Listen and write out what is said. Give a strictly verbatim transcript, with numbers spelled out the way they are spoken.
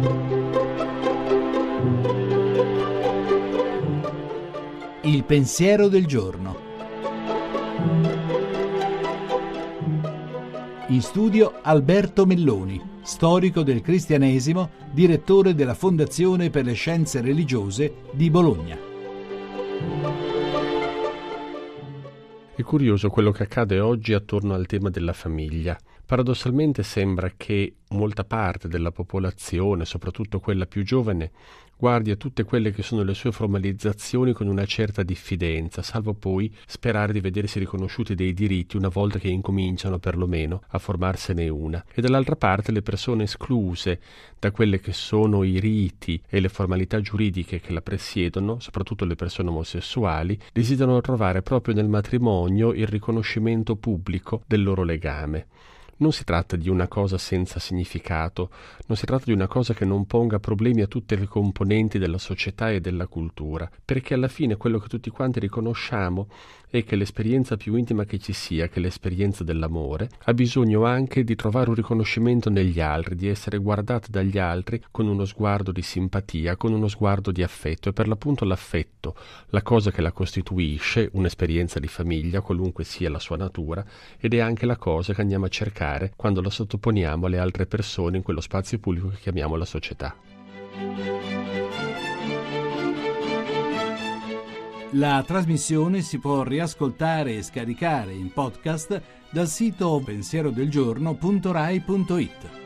Il pensiero del giorno. In studio Alberto Melloni, storico del cristianesimo, direttore della Fondazione per le Scienze Religiose di Bologna. È curioso quello che accade oggi attorno al tema della famiglia. Paradossalmente sembra che molta parte della popolazione, soprattutto quella più giovane, guardi a tutte quelle che sono le sue formalizzazioni con una certa diffidenza, salvo poi sperare di vedersi riconosciuti dei diritti una volta che incominciano perlomeno a formarsene una. E dall'altra parte le persone escluse da quelle che sono i riti e le formalità giuridiche che la presiedono, soprattutto le persone omosessuali, desiderano trovare proprio nel matrimonio il riconoscimento pubblico del loro legame. Non si tratta di una cosa senza significato, non si tratta di una cosa che non ponga problemi a tutte le componenti della società e della cultura, perché alla fine quello che tutti quanti riconosciamo è che l'esperienza più intima che ci sia, che l'esperienza dell'amore, ha bisogno anche di trovare un riconoscimento negli altri, di essere guardata dagli altri con uno sguardo di simpatia, con uno sguardo di affetto, e per l'appunto l'affetto, la cosa che la costituisce, un'esperienza di famiglia, qualunque sia la sua natura, ed è anche la cosa che andiamo a cercare quando la sottoponiamo alle altre persone in quello spazio pubblico che chiamiamo la società. La trasmissione si può riascoltare e scaricare in podcast dal sito pensierodelgiorno punto rai punto it.